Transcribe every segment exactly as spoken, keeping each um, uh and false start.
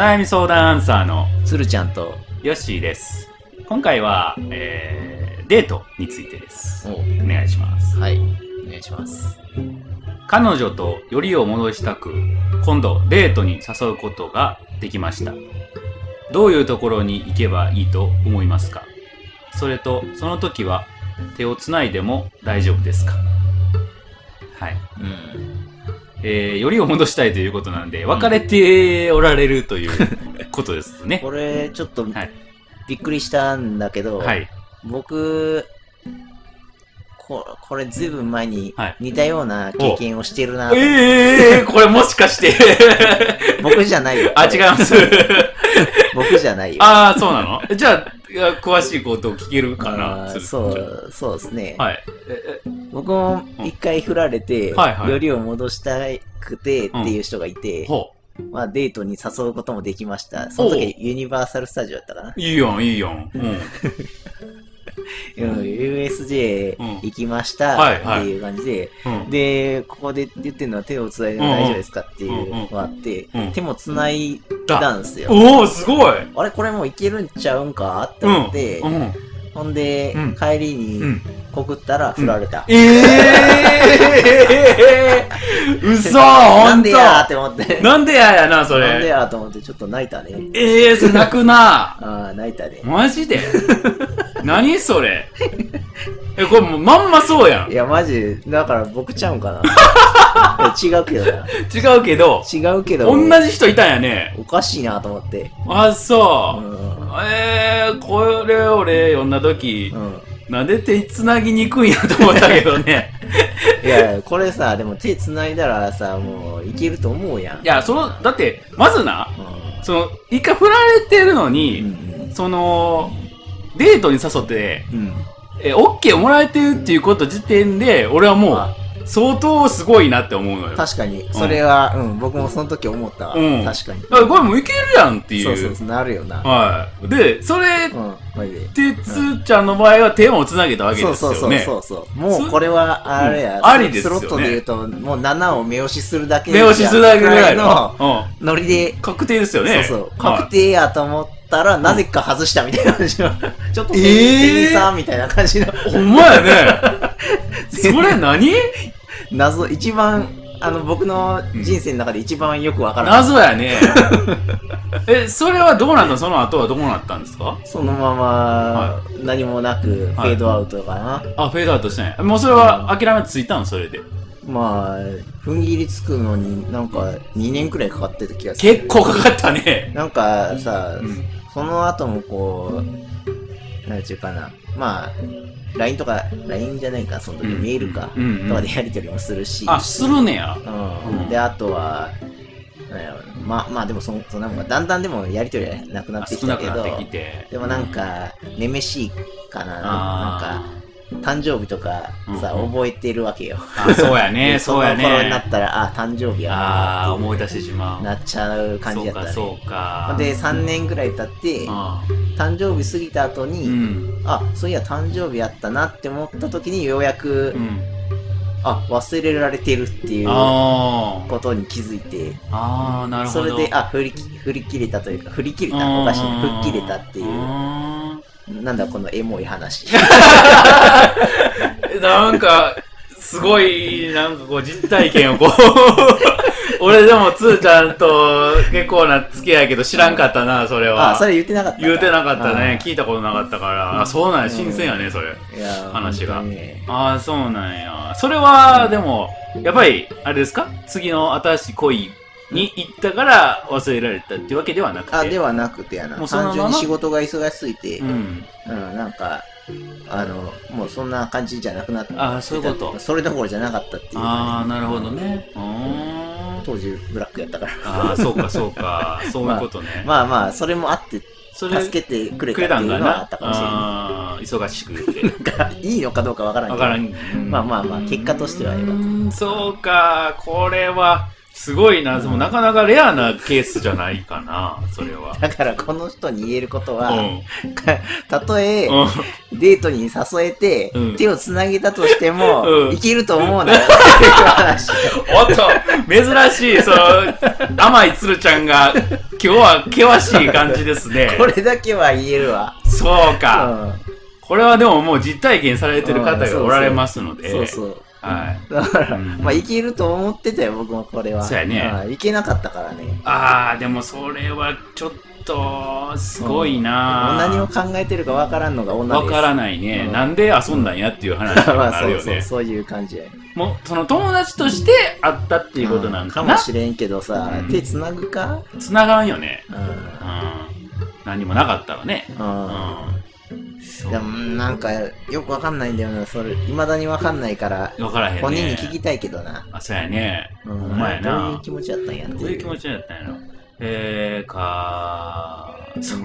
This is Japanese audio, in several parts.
悩み相談アンサーのつるちゃんとヨッシーです。今回は、えー、デートについてです。 おお願いします。 はい、お願いします。 彼女とよりを戻したく、今度デートに誘うことができました。どういうところに行けばいいと思いますか？それと、その時は手をつないでも大丈夫ですか？はい。 うん。 えー、よりを戻したいということなんで、別れておられるということですね。 これ、ちょっと、 はい、 びっくりしたんだけど、 はい、 僕、ここれずいぶん前に似たような経験をしてるな、 はい、ええー、これもしかして僕じゃないよ。 あ、違います。 僕じゃないよ。 ああ、そうなの？じゃあ、詳しいことを聞けるかな。 そう、そうですね。 はい。 僕も一回振られて、 はいはい、 よりを戻したくてっていう人がいて、 うん、 まあデートに誘うこともできました。その時ユニバーサルスタジオだったかな。 いいよん、いいよん。 うん。ユーエスジェー 行きましたっていう感じで、 うん、 で、ここで言ってるのは手をつないでも大丈夫ですかっていうのがあって、うん、手もつないだんですよ。 おー、すごい！ あれこれもういけるんちゃうんかって思って、うんうん、ほんで、うん、帰りに告ったら振られた。 うん、えぇー嘘ほんとなんでやーって思って。 なんでややな、それ。 なんでやーと思ってちょっと泣いたね。 えぇー、それ泣くなああ、泣いたね。 マジで何それえ、これもうまんまそうやん。 いや、マジ、だから僕ちゃうんかな。違うけどな。 違うけど。 違うけど。 同じ人いたんやね。 おかしいなと思って。 あ、そう。うん、えー、これ俺読んだ時、うん、なんで手つなぎにくいんやと思ったけどね。 いや、これさ、でも手つないだらさ、もういけると思うやん。 いや、その、だって、まずな、うん、その、一回振られてるのに、うんうん、その、デートに誘って、うん、え、オッケーもらえてるっていうこと時点で、俺はもう、相当すごいなって思うのよ。 確かに。それは、うん、うん、僕もその時思ったわ。うん、確かに。 だからこれもいけるやんっていう。 そうそうそう、なるよな。 はい。で、それ、うん、で、つーちゃんの場合は手もつなげたわけですよね。 そうそうそうそう。もうこれは、あれや、 うん、ありですよね。 スロットで言うと、もうななを目押しするだけ目押しするだけぐらいの、 うん、ノリで。 確定ですよね。 そうそう。確定やと思ったら、なぜか外したみたいな感じの。ちょっと店員さんみたいな感じの。 ほんまやね。それ何？ 謎、一番、あの、僕の人生の中で一番よくわからない。 謎やね。え、それはどうなったの？その後はどうなったんですか？ そのまま、何もなく、フェードアウトかな。はい、 あ、フェードアウトしてない。もうそれは諦めついたの？それで。 まあ、踏ん切りつくのになんかにねんくらいかかってた気がする。 結構かかったね。 なんかさ、うん、その後もこう、なんていうかな。まあ、ライン とか、ライン じゃないか、その時、うん、メールか、うんうん、とかでやり取りもするし。 あ、するねや。 うん。うん、で、あとは、まあまあでもそ、そんなもんだんだんでもやり取りはなくなってきたけど、でもなんか、めめしいかな、なんか、誕生日とかさ、うんうん、覚えてるわけよ。 あ、そうやね、そうやね。 その頃になったら、あ、誕生日やな。 あ、思い出してしまう。 なっちゃう感じやったね。 そうか、そうか。 で、さんねんぐらい経って、誕生日過ぎた後に、うん、あ、そういや誕生日やったなって思った時にようやく、うん、あ、忘れられてるっていうことに気づいて、 ああ、なるほど。 それで、あ、振り、振り切れたというか、振り切れた、おかしいね、吹っ切れたっていう。なんだこのエモい話。 なんか、すごい、なんかこう実体験をこう、俺でもつーちゃんと結構な付き合いやけど知らんかったな、それは。 あ、それ言ってなかった言うてなかったね。聞いたことなかったから。あ、そうなんや、新鮮やね、それ。話が。ああ、そうなんや。それは、でも、やっぱり、あれですか？次の新しい恋に行ったから忘れられたっていうわけではなくて。 あ、ではなくてやな。もう単純に仕事が忙しすぎて、うん、うん、なんか、あの、もうそんな感じじゃなくなった。 ああ、そういうこと。 それどころじゃなかったっていう、ね。 ああ、なるほどね。 当時ブラックやったから。 ああ、そうかそうか。そういうことね。 まあ、まあまあ、それもあって、助けてくれたっていうのはあったかもしれない。 ああ、忙しくて。 なんか、いいのかどうかわからんけど。 わからん。 まあまあまあ、結果としてはよかった。 そうか、これは、 すごいな、でもなかなかレアなケースじゃないかな、それは。 だからこの人に言えることは、 うん、 たとえ、うん、デートに誘えて、うん、手をつなげたとしても、うん、いけると思うなよっていう話。 おっと、珍しい、その、甘い鶴ちゃんが、今日は険しい感じですね。 これだけは言えるわ。 そうか。うん、これはでももう実体験されてる方がおられますので。 そうそう。そうそうはい。 だから、うん、まあ、いけると思ってたよ、僕もこれは。 そうやね。 いけなかったからね。 ああ、でもそれはちょっと、すごいな、 うん、何を考えてるかわからんのが女です。 わからないね、うん。なんで遊んだんやっていう話になるよね。 そうそう、そういう感じや。 もう、その友達として会ったっていうことなんかな、 うん、かもしれんけどさ、うん、手つなぐかつながんよね。 うん。 うん、何もなかったらね。 うん。うんでもなんかよくわかんないんだよな、それ未だにわかんないから分からへん、ね、 本人に聞きたいけどな。 あ、そうやね。 うん、 お前な。 どういう気持ちだったんやって。 どういう気持ちだったんやろ。えーかー、そう、うん、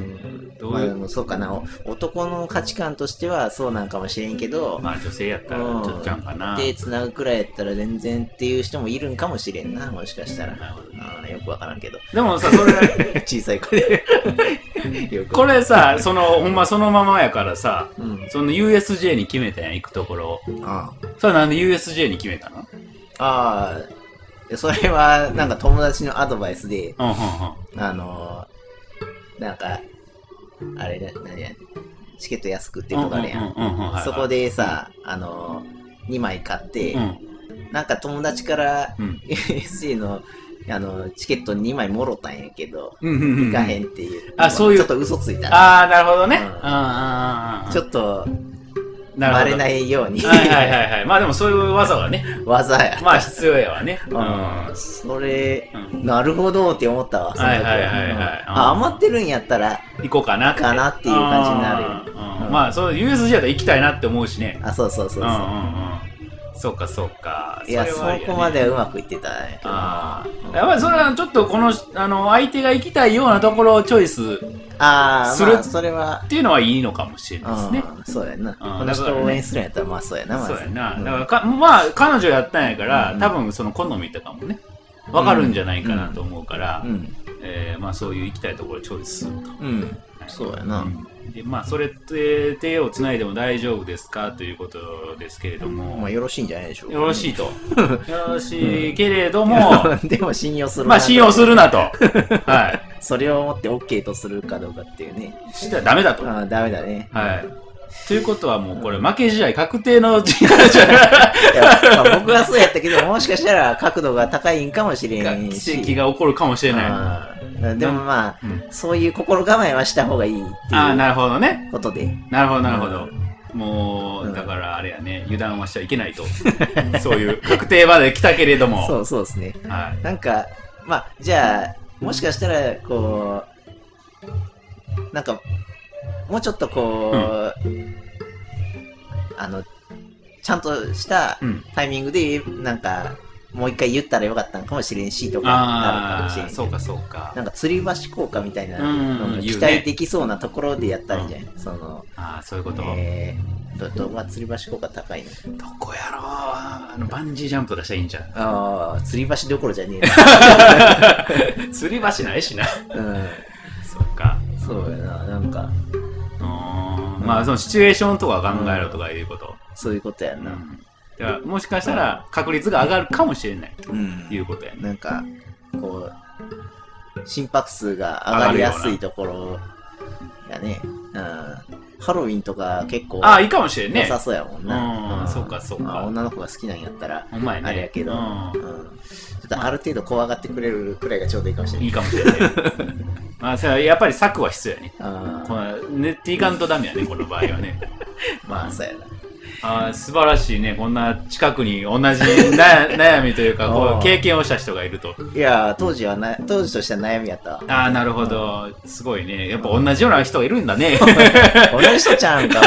どういう、 まあ、そうかな、男の価値観としてはそうなんかもしれんけど、 まあ女性やったらちょっとちゃうかな。 手つなぐくらいやったら全然っていう人もいるんかもしれんな、もしかしたら。なるほど、あ、よくわからんけど。 でもさ、それ小さい声でこれさ、そのほんまそのままやからさ、うん、その ユーエスジェー に決めたやん、行くところ。 ああ、 それなんで ユーエスジェー に決めたの？ ああ、それはなんか友達のアドバイスで、 うんうんうん、 あのー、なんかあれ何や、チケット安くっていうとこあるやん。そこでさ、あのー、にまい買って、うん、なんか友達から、うん、ユーエスジェー のあのチケットにまいもろたんやけど、うんうんうん、行かへんっていう。 あ、そういう。 ちょっと嘘ついた、ね。 ああ、なるほどね。うん、 あちょっと、バレないように。 はいはいはいはい。まあでもそういう技はね。 技や。 まあ必要やわね。 うん。それ、うん、なるほどって思ったわ。 はいはいはいはい。 あ、余ってるんやったら、 行こうかなって。 かなっていう感じになるよ。 うん、まあ、そう、ユーエスジェー だったら行きたいなって思うしね。 あ、そうそうそうそう。うんうんうん。 そうかそうか。 いや、そこまではうまくいってたね。 ああ。やっぱりそれはちょっとこの、あの、相手が行きたいようなところをチョイスするそれはっていうのはいいのかもしれないですね。 そうやな。この人を応援するんやったら、まあそうやな、まず。 そうやな。だからか、まあ、彼女やったんやから、多分その好みとかもね、わかるんじゃないかなと思うから、えまあそういう行きたいところをチョイスすると。 うん。そうやな。 でまあ、それって手をつないでも大丈夫ですかということですけれども、 まあ、よろしいんじゃないでしょうか、 ね、よろしいとよろしいけれどもでも信用するなまあ信用するなとはいそれをもって OK とするかどうかっていうねしたらダメだとああダメだねはいということはもうこれ負け試合確定の試合じゃないまあ僕はそうやったけどもしかしたら角度が高いんかもしれんし奇跡が起こるかもしれないでもまあ、うん、そういう心構えはした方がいいっていうあなるほどねことでなるほどなるほど、うん、もう、うん、だからあれやね油断はしちゃいけないとそういう確定まで来たけれどもそうそうですね、はい、なんかまあじゃあもしかしたらこうなんかもうちょっとこう、うん、あのちゃんとしたタイミングでなんかもう一回言ったらよかったのかもしれんしとかなるかもしれん、ね、 そうかそうかなんか吊り橋効果みたいなのが期待できそうなところでやったらいいんじゃない、うん、そのああそういうことえー、どどこが吊り橋効果高いのどこやろうあのバンジージャンプ出したらいいんじゃんああ吊り橋どころじゃねえな吊り橋ないしなうんそっかそうやななんかうんまあそのシチュエーションとか考えろとかいうこと、うん、 そういうことやな、 うんだからもしかしたら確率が上がるかもしれないということやね、 うん、なんかこう心拍数が上がりやすいところがね、うん、ハロウィンとか結構ああいいかもしれんね良さそうやもんな、 うんうん、そうかそうか女の子が好きなんやったらあれやけど、うんうん、ちょっとある程度怖がってくれるくらいがちょうどいいかもしれないいいかもしれないまあそれはやっぱり策は必要やねこのネッティーガンとダメやねこの場合はねまあそうやなあ素晴らしいねこんな近くに同じ悩みというかこう経験をした人がいるといや当時はな当時としては悩みやったああなるほどすごいねやっぱ同じような人がいるんだね同じ人ちゃうんか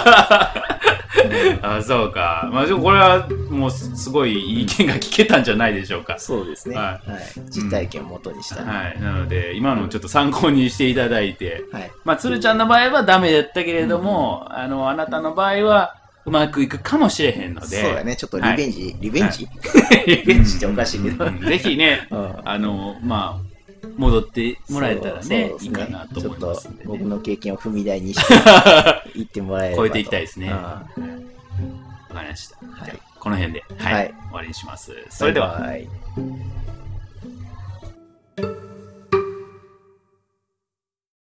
あそうかまあこれはもうすごいいい意見が聞けたんじゃないでしょうかそうですね、はいはい、実体験を元にした、 うん、はいなので今のちょっと参考にしていただいて、 はい、 まあ鶴ちゃんの場合はダメだったけれども、うん、あのあなたの場合はうまくいくかもしれへんので。 そうだね、ちょっとリベンジ、はい、リベンジ、はい、リベンジっておかしいけど。 ぜひね、うん、あの、まあ、戻ってもらえたら ね, ねいいかなと思いますんで、ね、 ちょっと僕の経験を踏み台にして行ってもらえれば超えていきたいですね。わかりました。はい、この辺で、はいはい、終わりにします。それでは。バイバイ。